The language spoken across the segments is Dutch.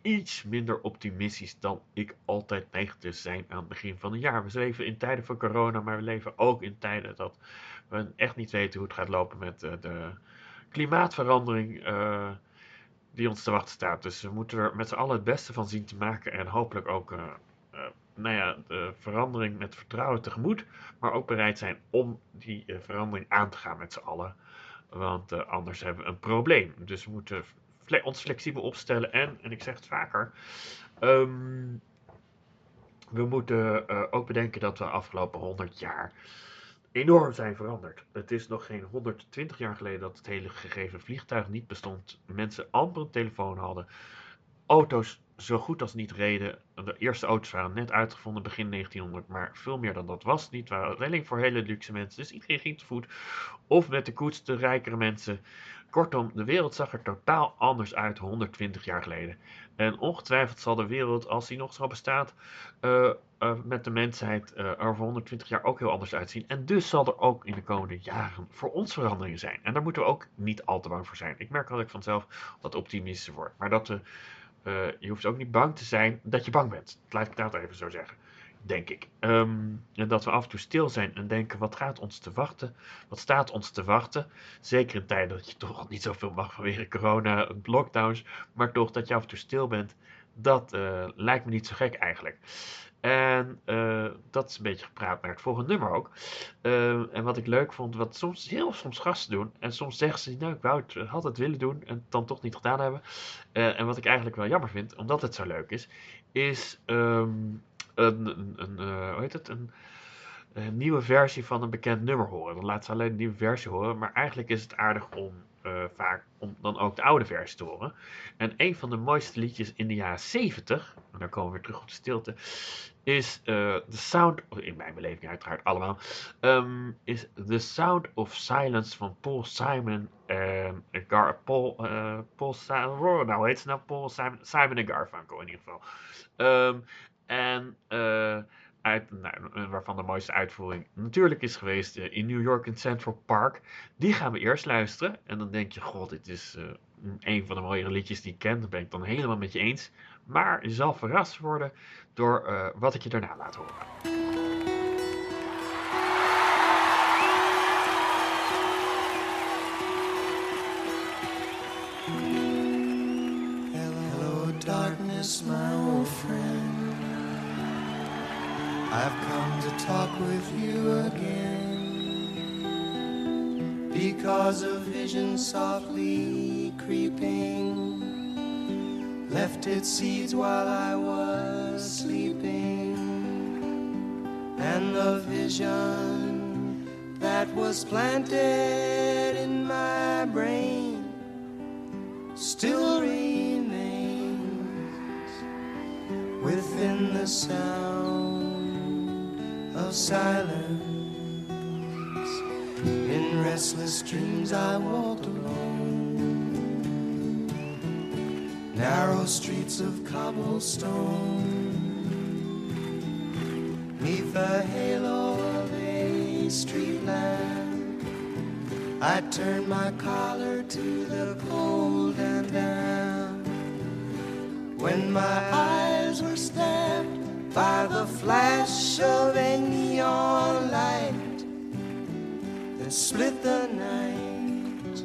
iets minder optimistisch dan ik altijd neig te zijn aan het begin van het jaar. We leven in tijden van corona, maar we leven ook in tijden dat we echt niet weten hoe het gaat lopen met de klimaatverandering die ons te wachten staat. Dus we moeten er met z'n allen het beste van zien te maken en hopelijk ook de verandering met vertrouwen tegemoet, maar ook bereid zijn om die verandering aan te gaan met z'n allen. Want anders hebben we een probleem. Dus we moeten ons flexibel opstellen en ik zeg het vaker, we moeten ook bedenken dat we de afgelopen 100 jaar enorm zijn veranderd. Het is nog geen 120 jaar geleden dat het hele gegeven vliegtuig niet bestond. Mensen amper een telefoon hadden. Auto's zo goed als niet reden. De eerste auto's waren net uitgevonden begin 1900, maar veel meer dan dat was het niet. Het waren alleen voor hele luxe mensen. Dus iedereen ging te voet of met de koets, de rijkere mensen. Kortom, de wereld zag er totaal anders uit 120 jaar geleden. En ongetwijfeld zal de wereld, als die nog zo bestaat, met de mensheid over 120 jaar ook heel anders uitzien. En dus zal er ook in de komende jaren voor ons veranderingen zijn. En daar moeten we ook niet al te bang voor zijn. Ik merk dat ik vanzelf wat optimistischer word. Maar je hoeft ook niet bang te zijn dat je bang bent. Laat ik dat even zo zeggen. Denk ik. En dat we af en toe stil zijn en denken, wat gaat ons te wachten? Wat staat ons te wachten? Zeker in tijden dat je toch al niet zoveel mag vanwege corona, lockdowns. Maar toch dat je af en toe stil bent. Dat lijkt me niet zo gek eigenlijk. En dat is een beetje gepraat naar het volgende nummer ook. En wat ik leuk vond, wat soms gasten doen. En soms zeggen ze, nou ik had het willen doen en het dan toch niet gedaan hebben. En wat ik eigenlijk wel jammer vind, omdat het zo leuk is hoe heet het? Een nieuwe versie van een bekend nummer horen. Dan laat ze alleen een nieuwe versie horen. Maar eigenlijk is het aardig om vaak om dan ook de oude versie te horen. En een van de mooiste liedjes in de jaren 70, en dan komen we weer terug op de stilte, is The Sound, in mijn beleving uiteraard allemaal, is The Sound of Silence van Paul Simon en Paul Simon, nou heet ze nou? Paul Simon, Simon en Garfunkel in ieder geval. Waarvan de mooiste uitvoering natuurlijk is geweest in New York in Central Park. Die gaan we eerst luisteren. En dan denk je, god, dit is een van de mooiere liedjes die ik ken. Dat ben ik dan helemaal met je eens. Maar je zal verrast worden door wat ik je daarna laat horen. Hello, darkness, my old friend. I've come to talk with you again because a vision softly creeping left its seeds while I was sleeping, and the vision that was planted in my brain still remains within the sound of silence. In restless dreams I walked alone, narrow streets of cobblestone, 'neath the halo of a street lamp. I turned my collar to the cold and damp, when my eyes were stabbed by the flash of a neon light that split the night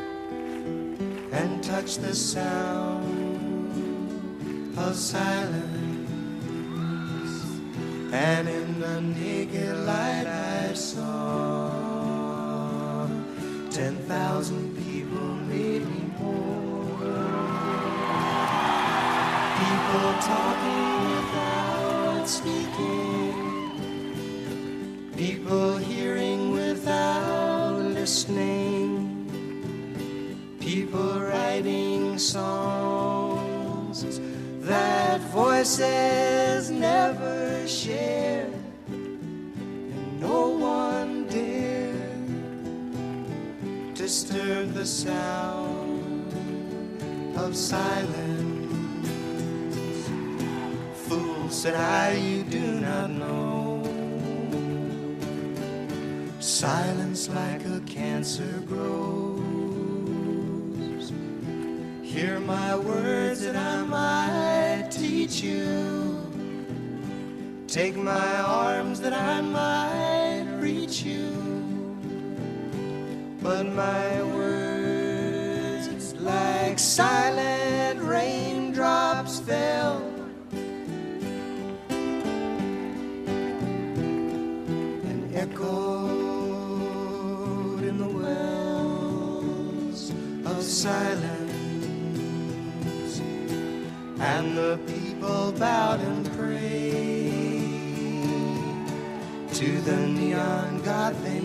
and touched the sound of silence. And in the naked light I saw 10,000 people, maybe more, people talking without speaking, people hearing without listening, people writing songs that voices never shared, and no one dared disturb the sound of silence. Fool, said I, you do not know, silence like a cancer grows. Hear my words that I might reach you. Take my arms that I might reach you. But my words like silent raindrops fell and echoed in the wells of silence. And the people bowed and prayed to the neon god they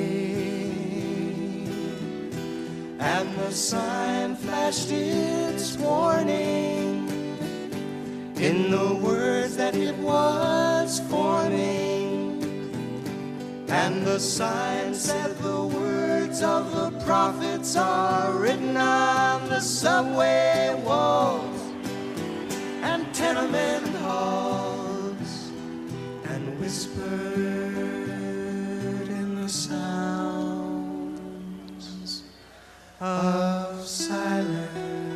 made. And the sign flashed its warning in the words that it was forming. And the sign said the words of the prophets are written on the subway walls and tenement halls, and whispered in the sounds of silence.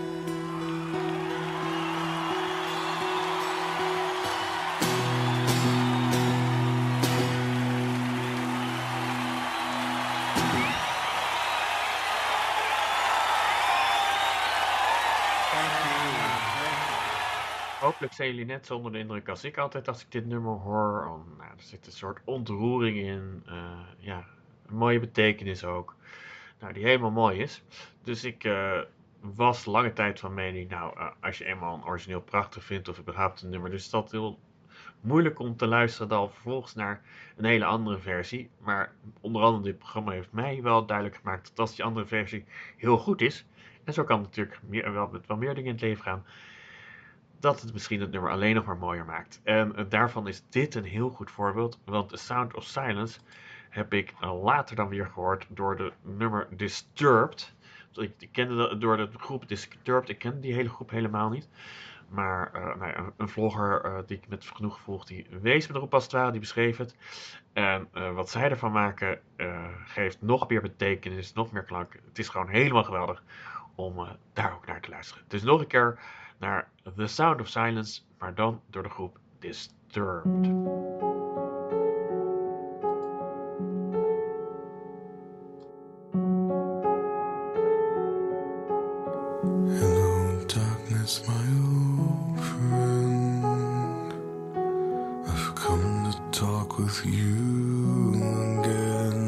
Hopelijk zijn jullie net zo onder de indruk als ik altijd als ik dit nummer hoor. Er zit een soort ontroering in. Ja, een mooie betekenis ook. Nou, die helemaal mooi is. Dus ik was lange tijd van mening, als je eenmaal een origineel prachtig vindt of überhaupt een nummer, dus is dat heel moeilijk om te luisteren dan vervolgens naar een hele andere versie. Maar onder andere dit programma heeft mij wel duidelijk gemaakt dat als die andere versie heel goed is, en zo kan het natuurlijk met wel meer dingen in het leven gaan, dat het misschien het nummer alleen nog maar mooier maakt. En daarvan is dit een heel goed voorbeeld, want The Sound of Silence heb ik later dan weer gehoord door de nummer Disturbed. Ik kende door de groep Disturbed, ik kende die hele groep helemaal niet. Maar een vlogger die ik met genoeg volg, die wees me erop als het ware, die beschreef het. En wat zij ervan maken geeft nog meer betekenis, nog meer klank. Het is gewoon helemaal geweldig om daar ook naar te luisteren. Dus nog een keer naar The Sound of Silence, maar dan door de groep Disturbed. Hello, darkness, my old friend. I've come to talk with you again,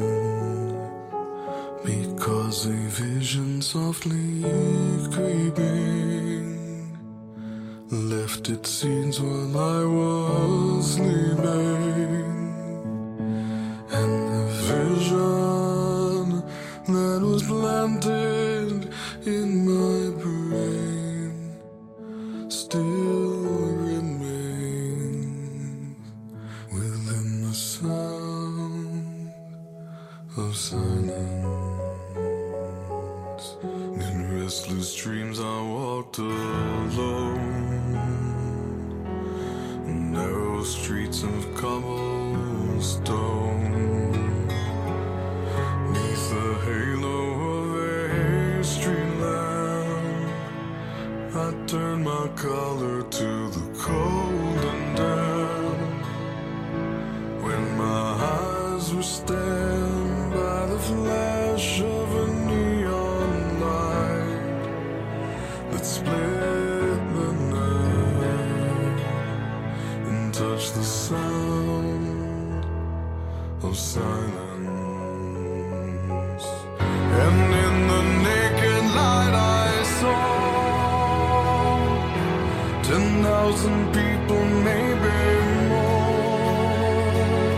because a vision softly creeping left its scenes while I was sleeping, and the vision that was planted in my brain still remains within the sound of silence. In restless dreams I walked alone, narrow streets of cobblestone, neath the halo of a street lamp. I turned my collar to the cold and damp, when my eyes were stabbed by the flash of a neon light that split the night and touched the sound of silence. And in the naked light I saw 10,000 people, maybe more.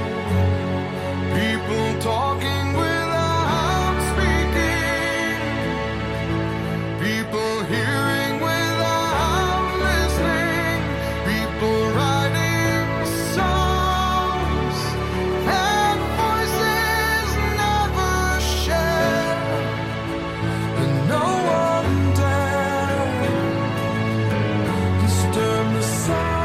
People talking without speaking, people hearing without listening, people writing songs that voices never share, and no one dared disturb the sound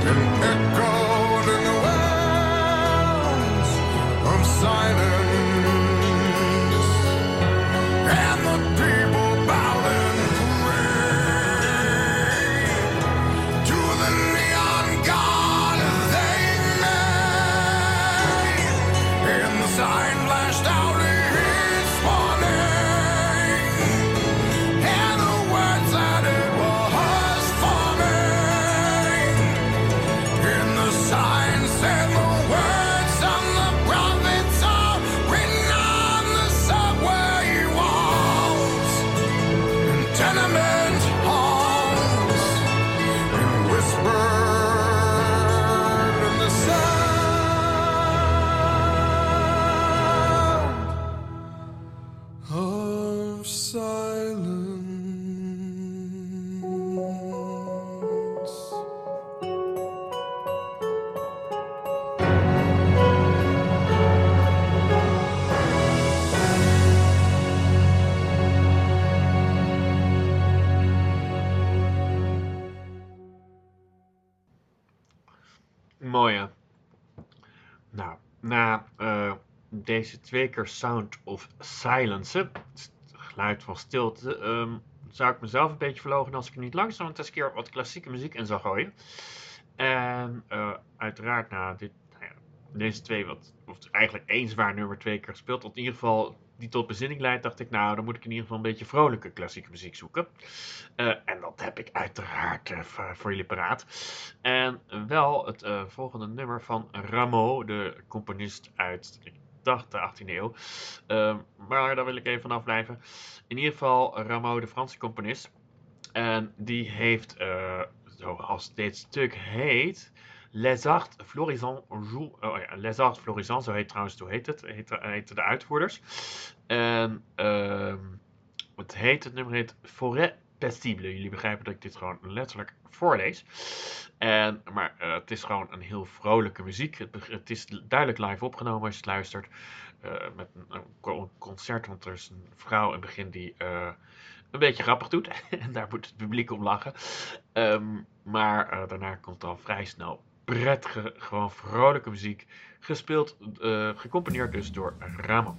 and echoed in the wells of silence, and the people bowed and prayed to the neon god they made, and the sign flashed out its warning, and the words that it was forming, and the sign said the words on the prophets are written on the subway walls and tenement halls, and whispered in the sound of silence. Mooie. Nou, na deze 2 keer Sound of Silence, het geluid van stilte, zou ik mezelf een beetje verloochenen als ik er niet langzaam eens een keer wat klassieke muziek in zou gooien. En uiteraard na deze 2, of eigenlijk 1 zwaar nummer 2 keer gespeeld, tot in ieder geval die tot bezinning leidt, dacht ik, nou, dan moet ik in ieder geval een beetje vrolijke klassieke muziek zoeken. En dat heb ik uiteraard voor jullie paraat. En wel het volgende nummer van Rameau, de componist uit, ik dacht, de 18e eeuw. Maar daar wil ik even vanaf blijven. In ieder geval Rameau, de Franse componist. En die heeft, zoals dit stuk heet, Les Arts Florissants Les Arts Florissants, zo heet trouwens, hoe heet het? Heet de uitvoerders. En het nummer heet Forêt Paisible. Jullie begrijpen dat ik dit gewoon letterlijk voorlees. Maar het is gewoon een heel vrolijke muziek. Het is duidelijk live opgenomen als je het luistert. Met een concert, want er is een vrouw in het begin die een beetje grappig doet. En daar moet het publiek om lachen. Maar daarna komt al vrij snel prettige, gewoon vrolijke muziek. Gespeeld, gecomponeerd dus door Rameau.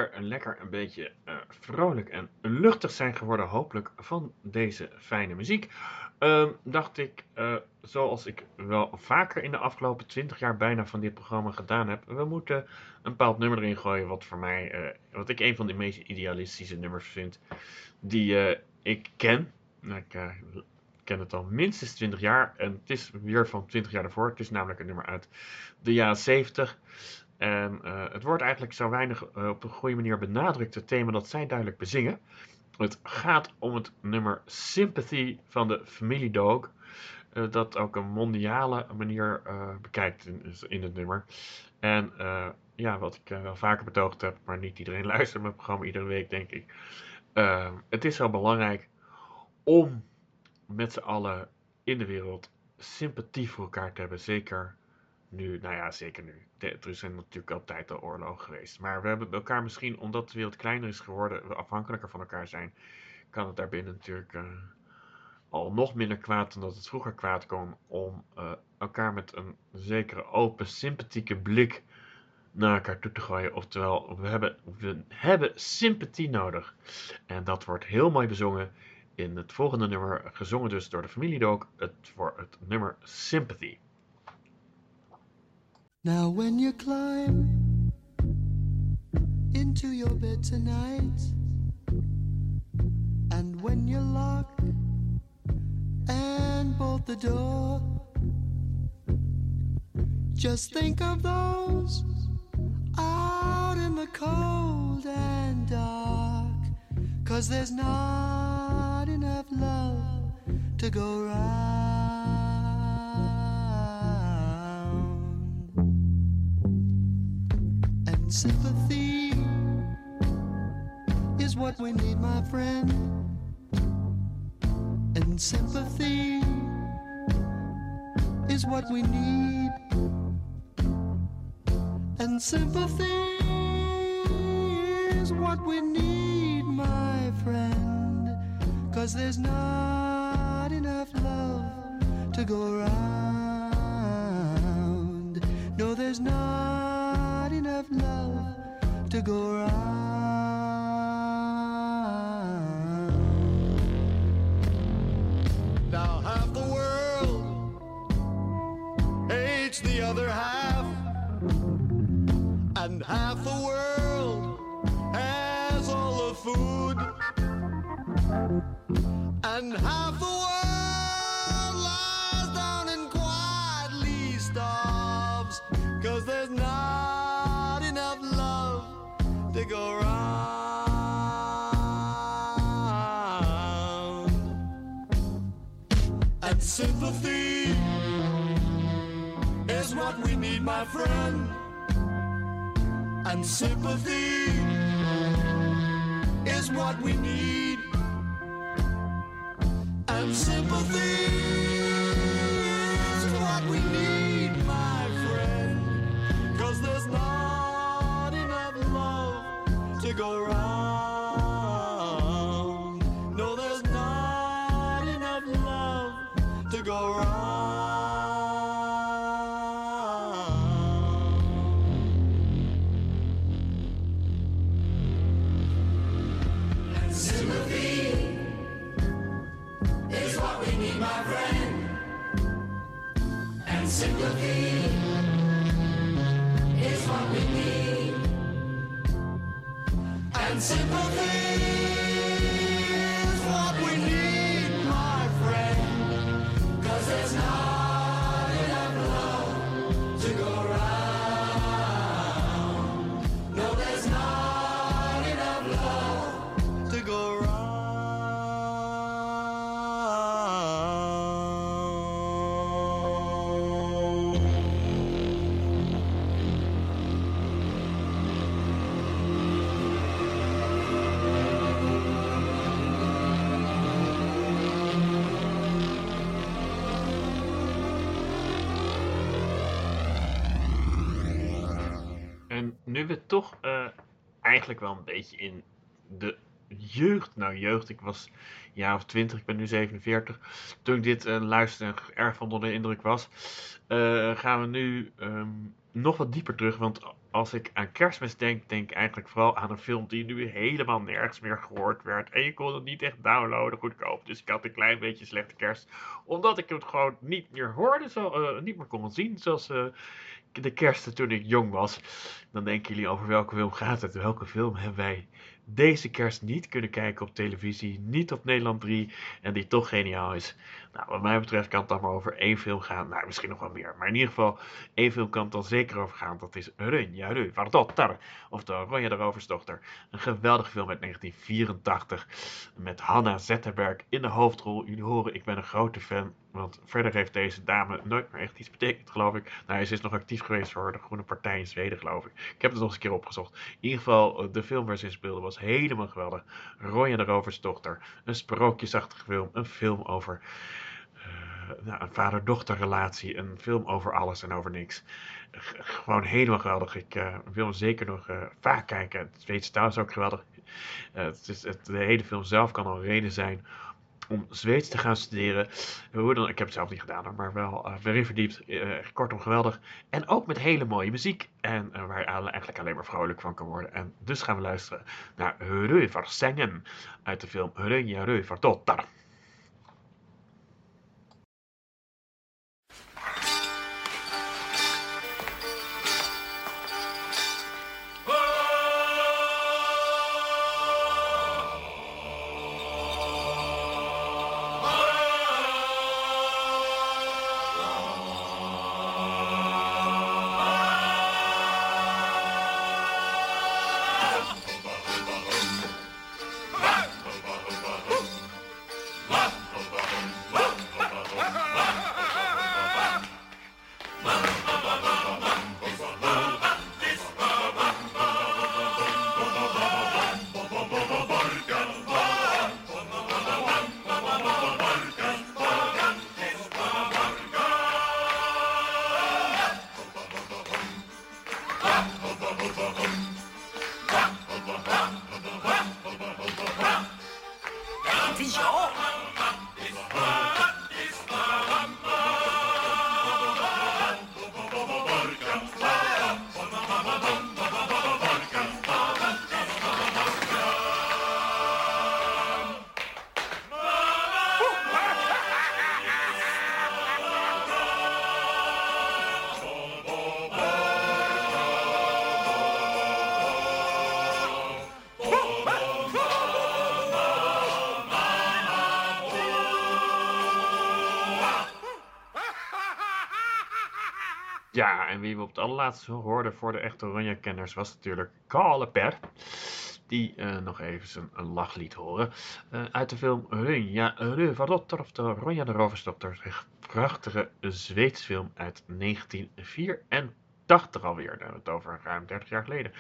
weer een beetje vrolijk en luchtig zijn geworden, hopelijk, van deze fijne muziek. Dacht ik, zoals ik wel vaker in de afgelopen 20 jaar bijna van dit programma gedaan heb, we moeten een bepaald nummer erin gooien wat voor mij, wat ik een van de meest idealistische nummers vind die ik ken. Ik ken het al minstens 20 jaar en het is weer van 20 jaar daarvoor. Het is namelijk een nummer uit de jaren 70. En het wordt eigenlijk zo weinig op een goede manier benadrukt, het thema dat zij duidelijk bezingen. Het gaat om het nummer Sympathy van de Family Dog. Dat ook een mondiale manier bekijkt in het nummer. En ja, wat ik wel vaker betoogd heb, maar niet iedereen luistert mijn programma iedere week, denk ik. Het is zo belangrijk om met z'n allen in de wereld sympathie voor elkaar te hebben. Zeker nu, nou ja, zeker nu. Er zijn natuurlijk altijd al oorlogen geweest. Maar we hebben elkaar misschien, omdat de wereld kleiner is geworden, we afhankelijker van elkaar zijn, kan het daarbinnen natuurlijk al nog minder kwaad dan dat het vroeger kwaad kon, om elkaar met een zekere open, sympathieke blik naar elkaar toe te gooien. Oftewel, we hebben sympathie nodig. En dat wordt heel mooi bezongen in het volgende nummer, gezongen dus door de Family Dog, voor het nummer Sympathy. Now when you climb into your bed tonight, and when you lock and bolt the door, just think of those out in the cold and dark, 'cause there's not enough love to go round. And sympathy is what we need, my friend. And sympathy is what we need. And sympathy is what we need, my friend. 'Cause there's not enough love to go round. No, there's not enough love to go round. Now half the world hates the other half, and half the world has all the food, and half the world lies down and quietly starves, 'cause there's not enough love to go round. And sympathy is what we need, my friend. And sympathy is what we need. And sympathy is what we need, my friend. 'Cause there's not enough love to go round. No, there's not enough love to go round. Sympathy is what we need, and sympathy is what we need, my friend. 'Cause there's not enough love to go round. No, there's not enough love to go round. Nu we toch eigenlijk wel een beetje in de jeugd, ik was een jaar of 20, ik ben nu 47, toen ik dit luisterde en erg van onder de indruk was, gaan we nu nog wat dieper terug, want als ik aan Kerstmis denk, denk ik eigenlijk vooral aan een film die nu helemaal nergens meer gehoord werd. En je kon het niet echt downloaden goedkoop. Dus ik had een klein beetje slechte kerst, omdat ik het gewoon niet meer hoorde, niet meer kon zien zoals de kersten toen ik jong was. Dan denken jullie over welke film gaat het? Welke film hebben wij deze kerst niet kunnen kijken op televisie, niet op Nederland 3 en die toch geniaal is? Nou, wat mij betreft kan het dan maar over één film gaan. Nou, misschien nog wel meer. Maar in ieder geval, één film kan het dan zeker over gaan. Dat is Ronja Rövardotter. Of de Ronja de Roversdochter. Een geweldige film uit 1984. Met Hanna Zetterberg in de hoofdrol. Jullie horen, ik ben een grote fan. Want verder heeft deze dame nooit meer echt iets betekend, geloof ik. Nou, ze is nog actief geweest voor de Groene Partij in Zweden, geloof ik. Ik heb het nog eens een keer opgezocht. In ieder geval, de film waar ze in speelde was helemaal geweldig. Ronja de Roversdochter. Een sprookjesachtige film. Een film over een vader-dochterrelatie. Een film over alles en over niks. Gewoon helemaal geweldig. Ik wil hem zeker nog vaak kijken. Het Zweedse taal is ook geweldig. De hele film zelf kan al een reden zijn om Zweeds te gaan studeren. Ik heb het zelf niet gedaan, maar wel erin verdiept. Kortom, geweldig. En ook met hele mooie muziek. En waar je eigenlijk alleen maar vrolijk van kan worden. En dus gaan we luisteren naar Rövarsengen uit de film Ronja Rövardotter. Ja, en wie we op het allerlaatste hoorden voor de echte Ronja-kenners was natuurlijk Kalle Per. Die nog even een lach liet horen. Uit de film Ronja Rövardotter, of de Ronja de Roversdochter. Een prachtige Zweedse film uit 1984 alweer. Daar hebben we het over ruim 30 jaar geleden.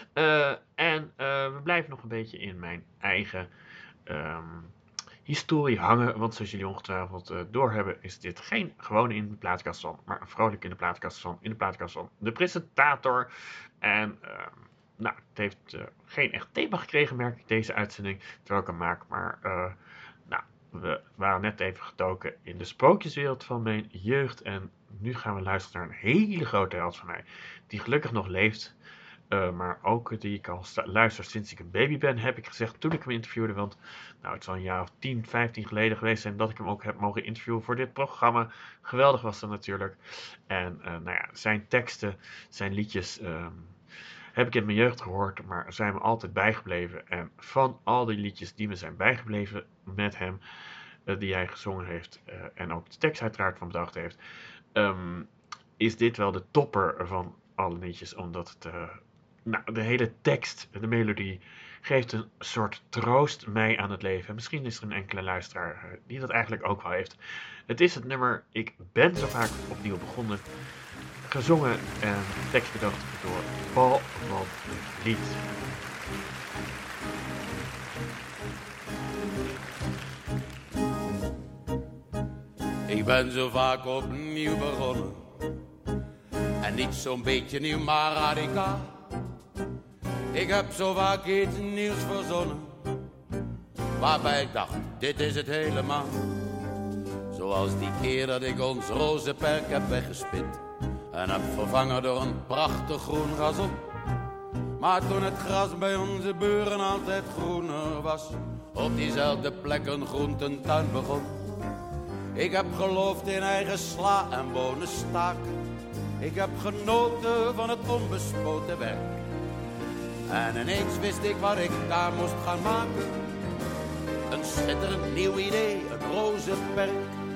We blijven nog een beetje in mijn eigen historie hangen. Want zoals jullie ongetwijfeld doorhebben, is dit geen gewone in de plaatkast van, maar een vrolijk in de plaatkast van de presentator. En het heeft geen echt thema gekregen, merk ik, deze uitzending, terwijl ik hem maak. Maar we waren net even getoken in de sprookjeswereld van mijn jeugd. En nu gaan we luisteren naar een hele grote held van mij, die gelukkig nog leeft. Maar ook die ik al luister sinds ik een baby ben, heb ik gezegd toen ik hem interviewde. Want het zal een jaar of 10, 15 geleden geweest zijn dat ik hem ook heb mogen interviewen voor dit programma. Geweldig was dat natuurlijk. En zijn teksten, zijn liedjes heb ik in mijn jeugd gehoord, maar zijn me altijd bijgebleven. En van al die liedjes die me zijn bijgebleven met hem, die hij gezongen heeft en ook de tekst uiteraard van bedacht heeft, is dit wel de topper van alle liedjes, omdat het de hele tekst, de melodie, geeft een soort troost mee aan het leven. En misschien is er een enkele luisteraar die dat eigenlijk ook wel heeft. Het is het nummer Ik ben zo vaak opnieuw begonnen, gezongen en tekst bedacht door Paul van Vliet. Ik ben zo vaak opnieuw begonnen en niet zo'n beetje nieuw, maar radicaal. Ik heb zo vaak iets nieuws verzonnen, waarbij ik dacht, dit is het helemaal. Zoals die keer dat ik ons rozenperk heb weggespit en heb vervangen door een prachtig groen gazon. Maar toen het gras bij onze buren altijd groener was, op diezelfde plek een groententuin begon. Ik heb geloofd in eigen sla en bonenstaken. Ik heb genoten van het onbespoten werk. En ineens wist ik wat ik daar moest gaan maken. Een schitterend nieuw idee, een rozenperk.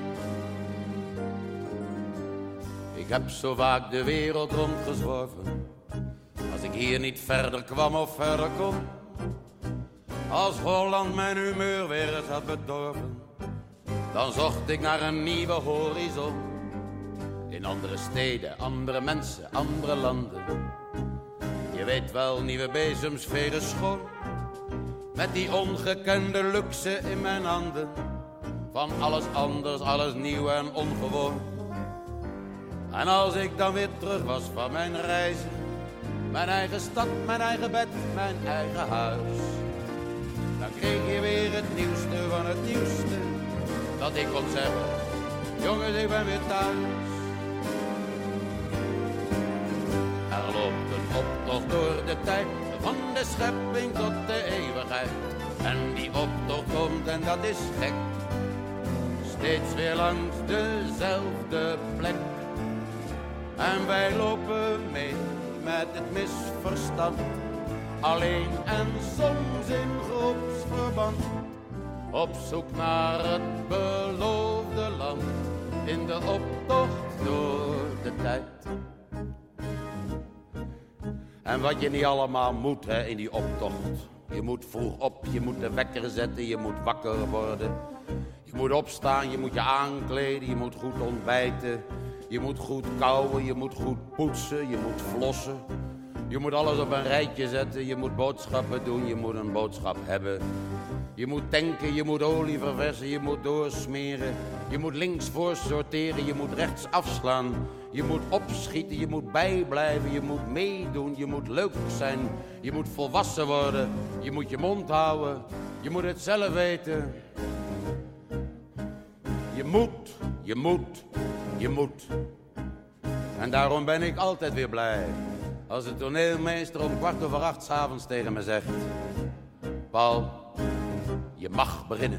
Ik heb zo vaak de wereld rondgezworven. Als ik hier niet verder kwam of verder kon. Als Holland mijn humeur weer eens had bedorven. Dan zocht ik naar een nieuwe horizon. In andere steden, andere mensen, andere landen. Je weet wel, nieuwe bezems vegen schoon. Met die ongekende luxe in mijn handen. Van alles anders, alles nieuw en ongewoon. En als ik dan weer terug was van mijn reizen. Mijn eigen stad, mijn eigen bed, mijn eigen huis. Dan kreeg je weer het nieuwste van het nieuwste. Dat ik kon zeggen, jongens, ik ben weer thuis. Er loopt een optocht door de tijd, van de schepping tot de eeuwigheid. En die optocht komt, en dat is gek, steeds weer langs dezelfde plek. En wij lopen mee met het misverstand, alleen en soms in groepsverband. Op zoek naar het beloofde land, in de optocht door de tijd. En wat je niet allemaal moet, hè, in die optocht. Je moet vroeg op, je moet de wekker zetten, je moet wakker worden. Je moet opstaan, je moet je aankleden, je moet goed ontbijten. Je moet goed kauwen, je moet goed poetsen, je moet flossen. Je moet alles op een rijtje zetten, je moet boodschappen doen, je moet een boodschap hebben. Je moet tanken, je moet olie verversen, je moet doorsmeren. Je moet links voor sorteren, je moet rechts afslaan. Je moet opschieten, je moet bijblijven, je moet meedoen, je moet leuk zijn. Je moet volwassen worden, je moet je mond houden, je moet het zelf weten. Je moet, je moet, je moet. En daarom ben ik altijd weer blij als de toneelmeester om 7:15 s'avonds tegen me zegt: Paul, je mag beginnen.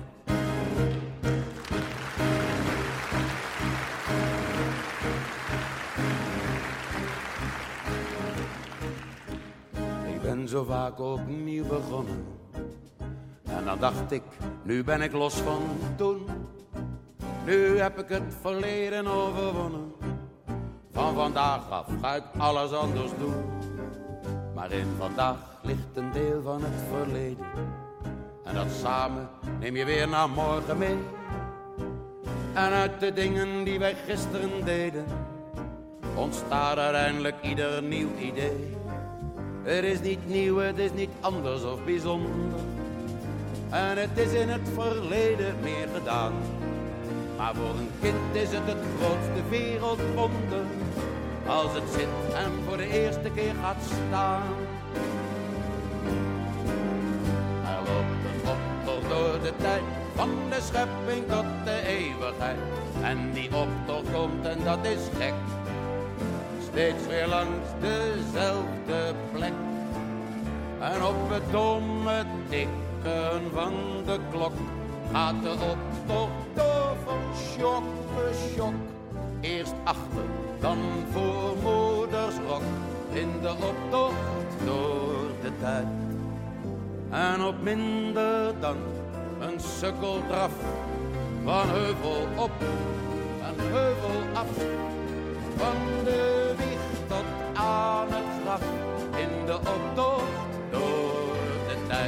Ik ben zo vaak opnieuw begonnen. En dan dacht ik, nu ben ik los van toen. Nu heb ik het verleden overwonnen. Van vandaag af ga ik alles anders doen. Maar in vandaag ligt een deel van het verleden. En dat samen neem je weer naar morgen mee. En uit de dingen die wij gisteren deden, ontstaat uiteindelijk ieder nieuw idee. Het is niet nieuw, het is niet anders of bijzonder. En het is in het verleden meer gedaan. Maar voor een kind is het grootste wereldwonder. Als het zit en voor de eerste keer gaat staan. Er loopt een optocht door de tijd, van de schepping tot de eeuwigheid. En die optocht komt, en dat is gek, steeds weer langs dezelfde plek. En op het domme tikken van de klok gaat de optocht door van sjok voor sjok. Eerst achter, dan voor moeders rok, in de optocht door de tijd. En op minder dan een sukkeldraf, van heuvel op en heuvel af. Van de wieg tot aan het graf, in de optocht door de tijd.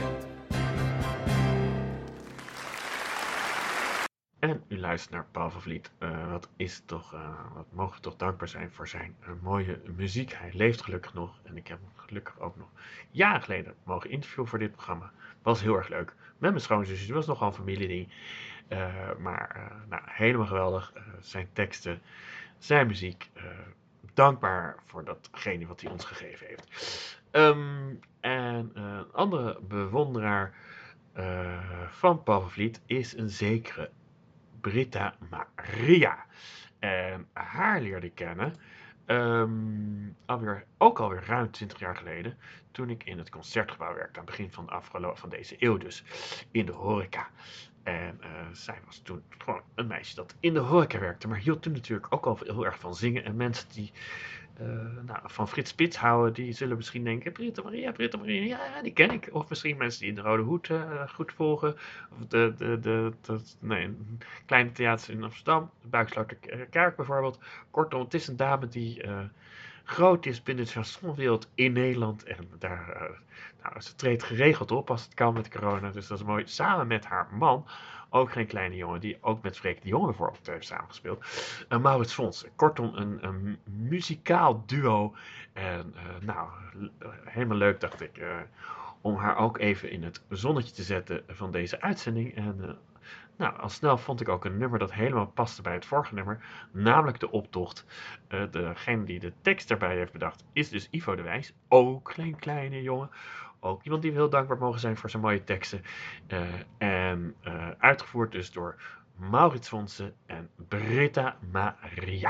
En u luistert naar Paul van Vliet. Wat mogen we toch dankbaar zijn voor zijn mooie muziek. Hij leeft gelukkig nog. En ik heb hem gelukkig ook nog jaren geleden mogen interviewen voor dit programma. Was heel erg leuk. Met mijn schoonzus. Het was nogal een familieding. Helemaal geweldig. Zijn teksten, zijn muziek. Dankbaar voor datgene wat hij ons gegeven heeft. Een andere bewonderaar van Paul van Vliet is een zekere Britta Maria. Haar leerde ik kennen Alweer ruim 20 jaar geleden, toen ik in het Concertgebouw werkte, aan het begin van deze eeuw dus, in de horeca. En zij was toen gewoon een meisje dat in de horeca werkte, maar hield toen natuurlijk ook al heel erg van zingen. En mensen die van Frits Spits houden, die zullen misschien denken, Britta Maria, ja, die ken ik. Of misschien mensen die in de Rode Hoed goed volgen. Of een kleine theater in Amsterdam, de Buiksloterkerk bijvoorbeeld. Kortom, het is een dame die groot is binnen de chansonwereld in Nederland. En daar, ze treedt geregeld op als het kan met corona. Dus dat is mooi. Samen met haar man, ook geen kleine jongen, die ook met Freek de Jonge bijvoorbeeld heeft samengespeeld. Maurits Fons. Kortom, een muzikaal duo. En helemaal leuk, dacht ik, om haar ook even in het zonnetje te zetten van deze uitzending. En al snel vond ik ook een nummer dat helemaal paste bij het vorige nummer, namelijk De Optocht. Degene die de tekst daarbij heeft bedacht is dus Ivo de Wijs, ook geen kleine jongen. Ook iemand die we heel dankbaar mogen zijn voor zijn mooie teksten. Uitgevoerd dus door Maurits Fonsen en Britta Maria.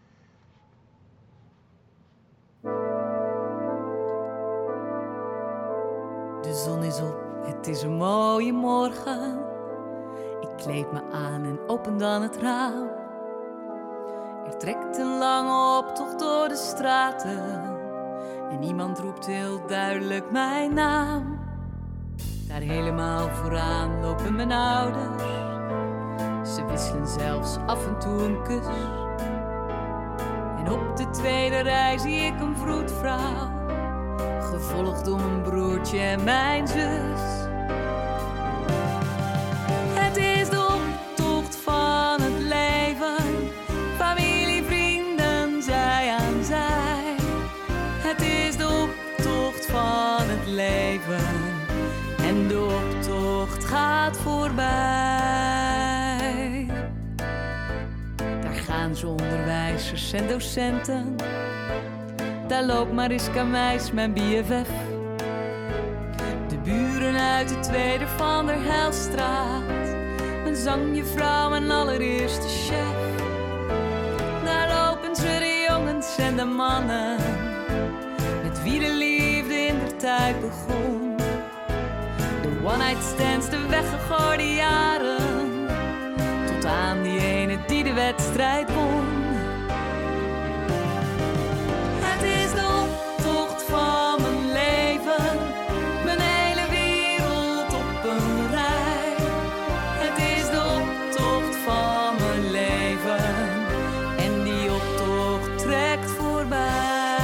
De zon is op, het is een mooie morgen. Ik kleed me aan en open dan het raam. Er trekt een lange optocht door de straten. En iemand roept heel duidelijk mijn naam. Daar helemaal vooraan lopen mijn ouders. Ze wisselen zelfs af en toe een kus. En op de tweede rij zie ik een vroedvrouw, gevolgd door mijn broertje en mijn zus. Het is de optocht van het leven, familie, vrienden, zij aan zij. Het is de optocht van het leven en de optocht gaat voorbij. Daar gaan ze onderwijzers en docenten. Daar loopt Mariska Meijs, mijn BFF. De buren uit de tweede van der Heilstraat. Mijn zangjuffrouw, mijn allereerste chef. Daar lopen ze de jongens en de mannen, met wie de liefde in der tijd begon. De one-night stands, de weggegooide jaren, tot aan die ene die de wedstrijd won. Het is de optocht van mijn leven, mijn hele wereld op een rij. Het is de optocht van mijn leven en die optocht trekt voorbij.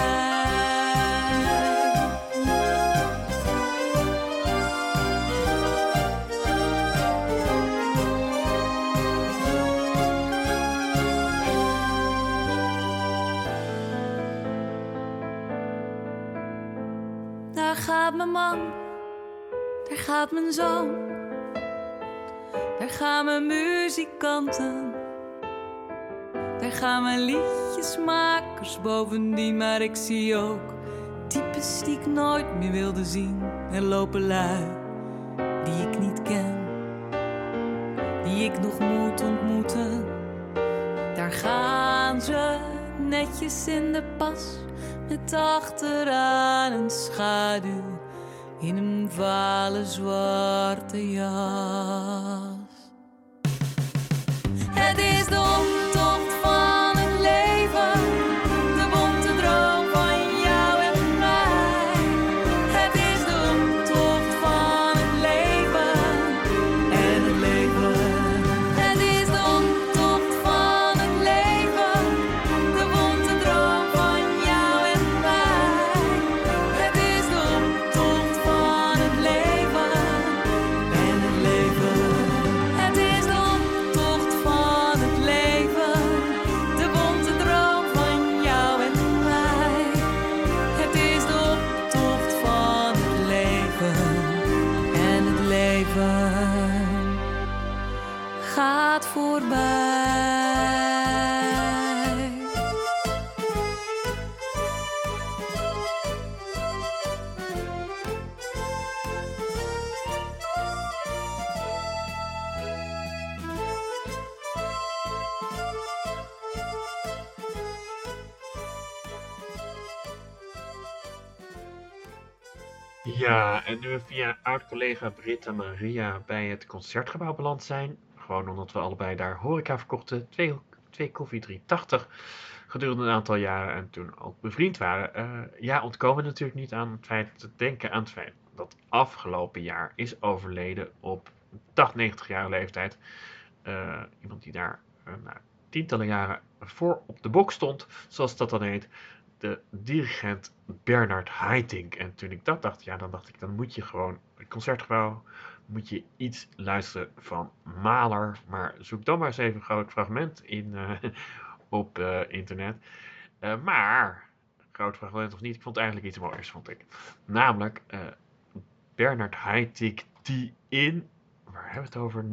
Daar gaat mijn man, daar gaat mijn zoon, daar gaan mijn muzikanten, daar gaan mijn liedjesmakers bovendien. Maar ik zie ook types die ik nooit meer wilde zien. Er lopen lui die ik niet ken, die ik nog moet ontmoeten. Daar gaan ze netjes in de pas, met achteraan een schaduw in een vale zwarte jas. Het is de optocht van het leven, de bonte droom van jou en mij. Het is de optocht van het leven en het leven. Het is de optocht van het leven, de bonte droom van jou en mij. Het is de optocht van het leven en het leven. Het is de optocht van het leven, de bonte droom van jou en mij. Het is de optocht van het leven en het leven gaat voorbij. Ja, en nu we via oud-collega Britta Maria bij het Concertgebouw beland zijn, gewoon omdat we allebei daar horeca verkochten, twee koffie 3,80 gedurende een aantal jaren en toen ook bevriend waren. Ja, ontkomen we natuurlijk niet aan het feit te denken aan het feit dat afgelopen jaar is overleden op 90-jarige leeftijd. Iemand die daar nou, tientallen jaren voor op de bok stond, zoals dat dan heet. De dirigent Bernard Haitink. En toen ik dat dacht, ja, dan dacht ik, dan moet je gewoon het Concertgebouw, moet je iets luisteren van Mahler. Maar zoek dan maar eens even een groot fragment op internet. Maar, groot fragment of niet, ik vond het eigenlijk iets mooiers, vond ik. Namelijk Bernard Haitink die waar hebben we het over,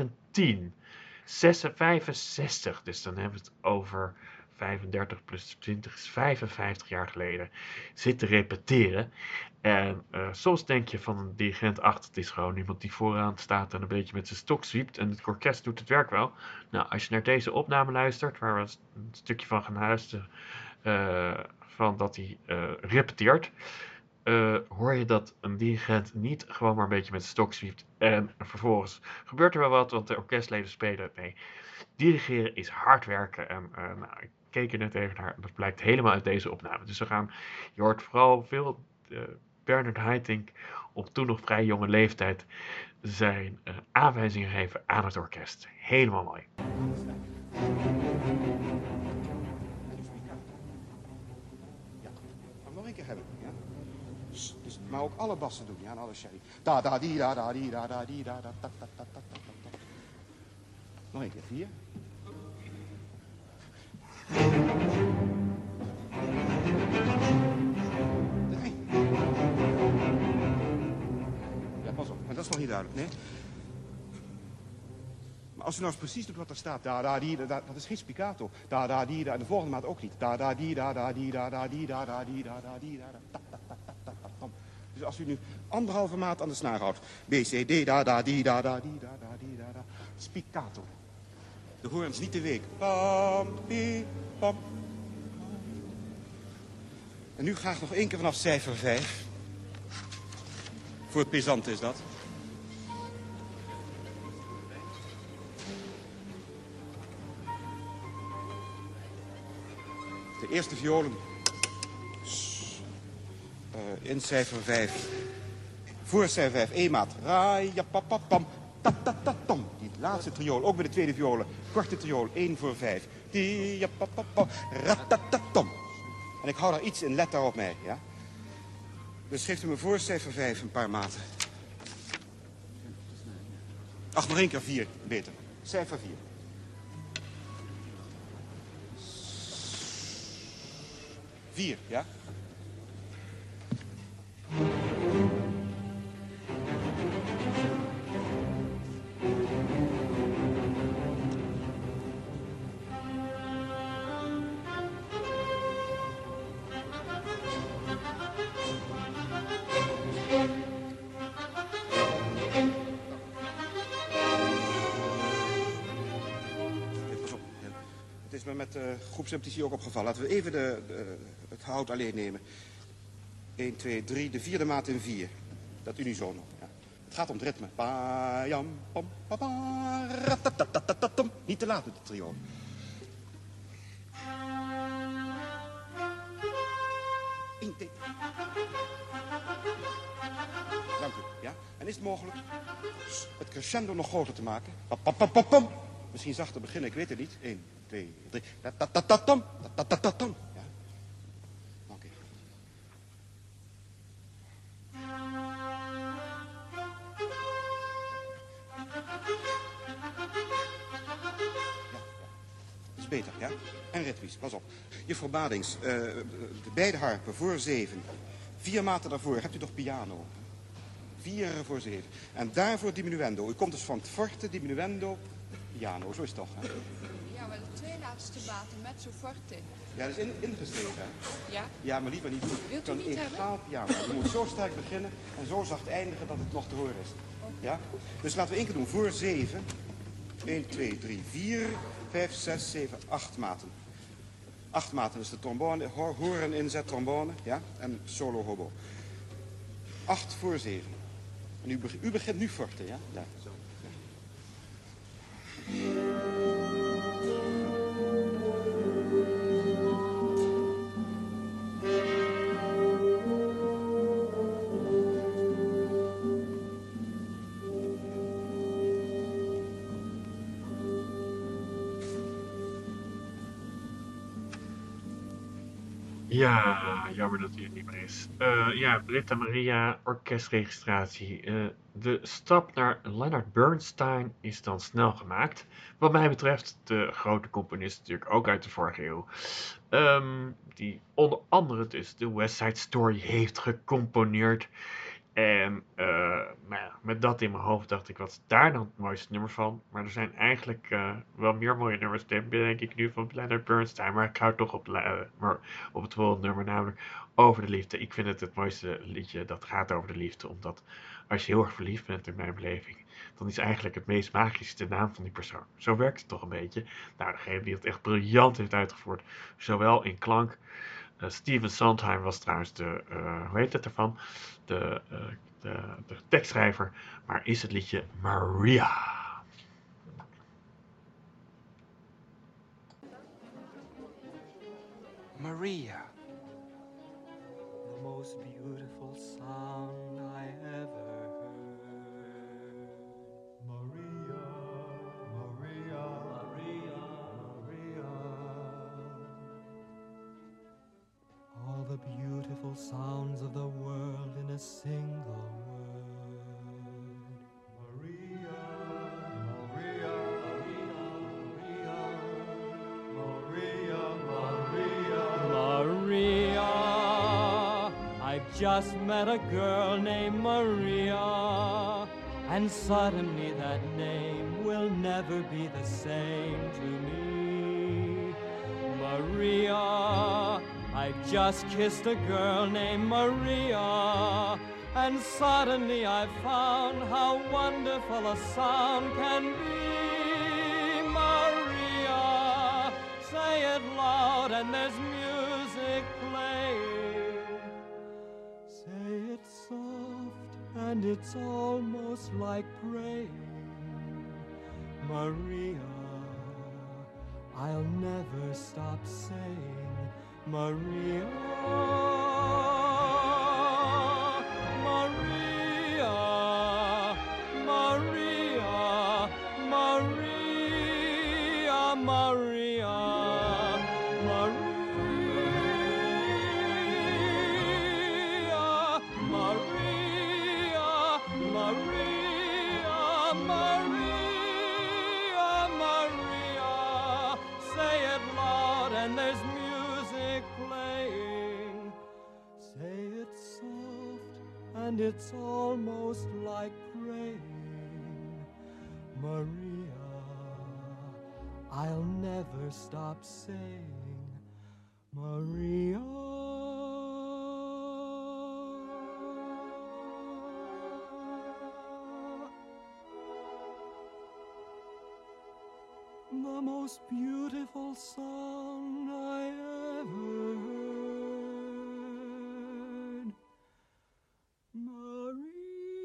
1965, dus dan hebben we het over 35 plus 20 is 55 jaar geleden, zit te repeteren. En soms denk je van een dirigent, het is gewoon iemand die vooraan staat en een beetje met zijn stok zwiept en het orkest doet het werk wel. Nou, als je naar deze opname luistert, waar we een stukje van gaan luisteren, van dat hij repeteert, hoor je dat een dirigent niet gewoon maar een beetje met zijn stok zwiept en vervolgens gebeurt er wel wat, want de orkestleden spelen. Nee, dirigeren is hard werken en nou, ik keek er net even naar, dat blijkt helemaal uit deze opname. Dus je hoort vooral veel Bernard Haitink op toen nog vrij jonge leeftijd zijn aanwijzingen geven aan het orkest. Helemaal mooi. Nog een keer hebben, ja? Dus, maar ook alle bassen doen, ja, en alle sherry. Da da di da da di da da di da da da da da da da. Nog een keer, 4. Ja, pas op, maar dat is nog niet duidelijk, nee? Maar als u nou eens precies doet wat er staat, da da di da, dat is geen spiccato. Da da di da, en de volgende maat ook niet. Da da di da da di da da di da da di da da di da da. Dus als u nu anderhalve maat aan de snaar houdt. B, C, D, da, da, di, da, da, di, da, da, di, da, da. Spiccato. De hoorns niet te week. Pam, pi, pam. En nu graag nog één keer vanaf cijfer 5. Voor het pesant is dat. De eerste violen. In cijfer 5. Voor cijfer 5, E-maat. Ra, ja, pa, pa, pam. Ta, ta, ta, tom. Die laatste triool, ook bij de tweede violen. Korte triool, 1 voor 5. Die, ja, pa, pa, pam. Ra, ta, ta, tom. En ik hou daar iets in, let daar op mij, ja. Dus geeft u me voor cijfer 5 een paar maten. Ach, nog één keer 4, beter. Cijfer 4. Vier, ja? Het is me met groepsrepetitie ook opgevallen. Laten we even het hout alleen nemen. 1, 2, 3, de vierde maat in 4. Dat unisono. Ja. Het gaat om het ritme. Pa, jam, pam, pa, pa, ratatatatam. Niet te laat met de trio. Dank u. Ja? En is het mogelijk het crescendo nog groter te maken? Pa, pa, pa, pa, pam. Misschien zachter beginnen, ik weet het niet. 1, 2, 3. Tatatatam. Tatatatam. Ja. Oké. Dat is beter, ja? En ritmisch, pas op. Juffrouw Badings, de beide harpen voor 7. 4 maten daarvoor hebt u toch piano? 4 voor 7. En daarvoor diminuendo. U komt dus van het forte, diminuendo, piano. Zo is het toch, hè? Ja, maar de 2 laatste maten met zo forte. Ja, dat is ingeschreven, hè? Ja? Ja, maar liever niet. Wilt u niet hebben? Piano. Je moet zo sterk beginnen en zo zacht eindigen dat het nog te horen is. Ja? Dus laten we 1 keer doen. Voor 7. 1, 2, 3, 4, 5, 6, 7, 8 maten. 8 maten is de trombone, horen inzet trombone, ja? En solo hobo. 8 voor 7. En u begint nu forte, ja? Ja, zo. Ja, jammer dat hij er niet meer is. Ja, Britta Maria, orkestregistratie. De stap naar Leonard Bernstein is dan snel gemaakt. Wat mij betreft de grote componist natuurlijk ook uit de vorige eeuw. Die onder andere dus de West Side Story heeft gecomponeerd. En nou ja, met dat in mijn hoofd dacht ik, wat is daar dan het mooiste nummer van? Maar er zijn eigenlijk wel meer mooie nummers, denk ik nu, van Leonard Bernstein. Maar ik hou toch maar op het volgende nummer, namelijk Over de Liefde. Ik vind het mooiste liedje dat gaat over de liefde. Omdat als je heel erg verliefd bent in mijn beleving, dan is eigenlijk het meest magische de naam van die persoon. Zo werkt het toch een beetje. Nou, degene die het echt briljant heeft uitgevoerd, zowel in klank. Steven Sondheim was trouwens de, hoe heet het ervan? De tekstschrijver, maar is het liedje Maria. Maria. The most beautiful sound I ever heard. Maria, Maria, Maria, Maria. All the beautiful sounds of the world in a single word. Maria, Maria, Maria, Maria, Maria, Maria. I've just met a girl named Maria, and suddenly that name will never be the same to me. Maria, I just kissed a girl named Maria, and suddenly I found how wonderful a sound can be. Maria, say it loud and there's music playing. Say it soft and it's almost like praying. Maria, I'll never stop saying Maria, Maria, Maria, Maria, Maria, Maria, Maria, Maria, Maria. Say it loud and there's music playing. Say it soft and it's almost like praying. Maria, I'll never stop saying Maria. The most beautiful song I ever heard. Maria.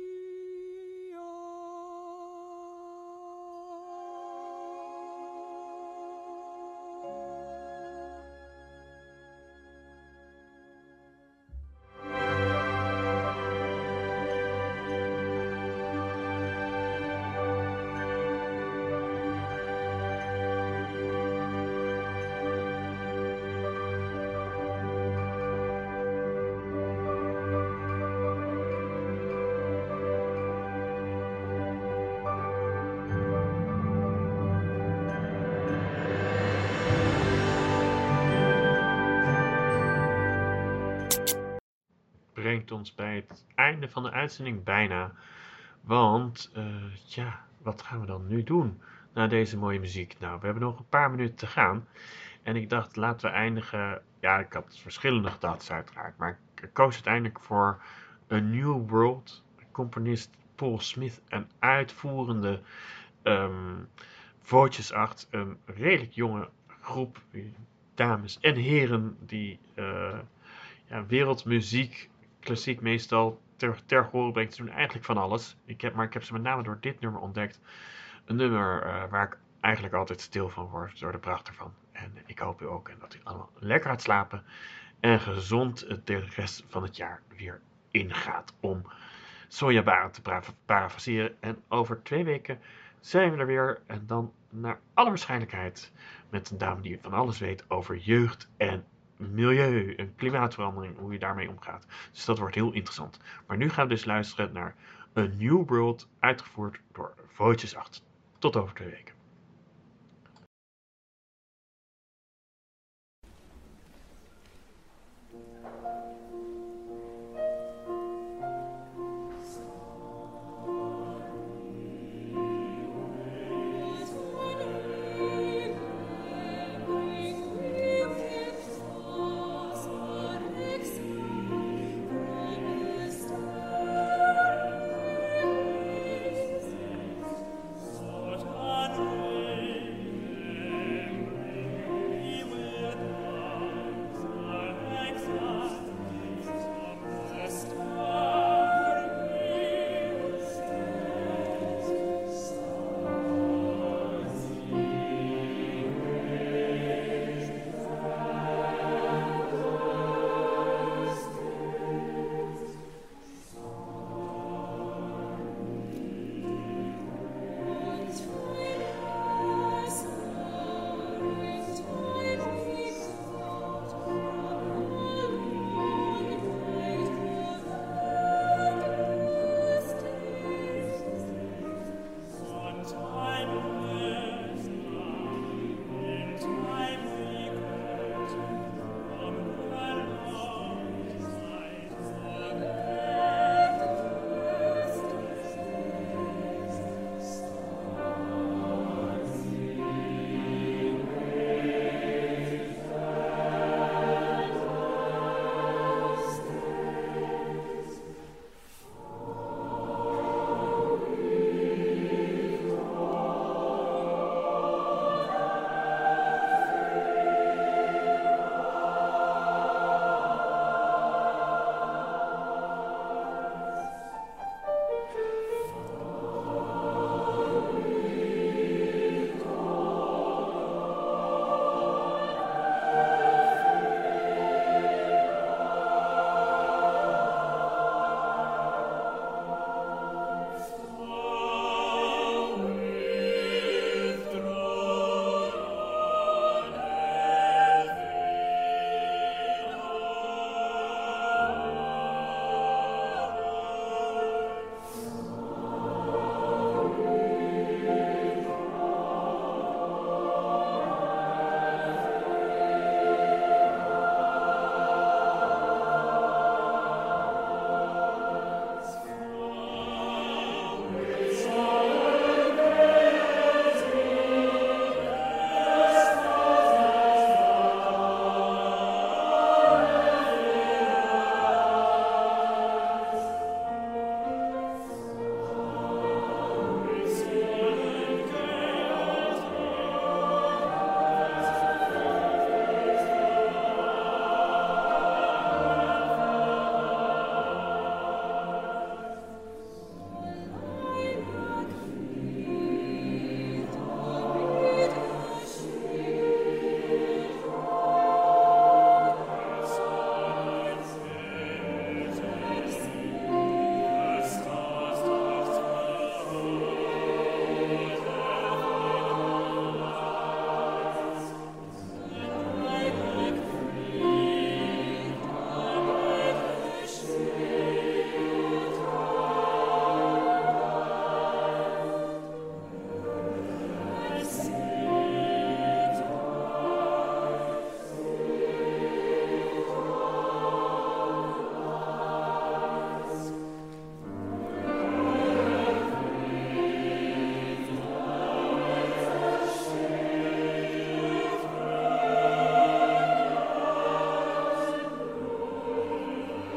Brengt ons bij het einde van de uitzending bijna. Want, ja, wat gaan we dan nu doen na deze mooie muziek? Nou, we hebben nog een paar minuten te gaan. En ik dacht, laten we eindigen. Ja, ik had verschillende gedachten uiteraard. Maar ik koos uiteindelijk voor A New World. Componist Paul Smith en uitvoerende Voices 8. Een redelijk jonge groep dames en heren die ja, wereldmuziek, klassiek meestal, ter gehoor brengt. Ze doen eigenlijk van alles. Ik heb ze met name door dit nummer ontdekt. Een nummer waar ik eigenlijk altijd stil van word door de pracht ervan. En ik hoop u ook. En dat u allemaal lekker gaat slapen. En gezond de rest van het jaar weer ingaat. Om Sonja Barend te parafraseren. En over 2 weken zijn we er weer. En dan naar alle waarschijnlijkheid met een dame die van alles weet over jeugd en milieu en klimaatverandering. Hoe je daarmee omgaat. Dus dat wordt heel interessant. Maar nu gaan we dus luisteren naar A New World, uitgevoerd door Voices 8. Tot over 2 weken.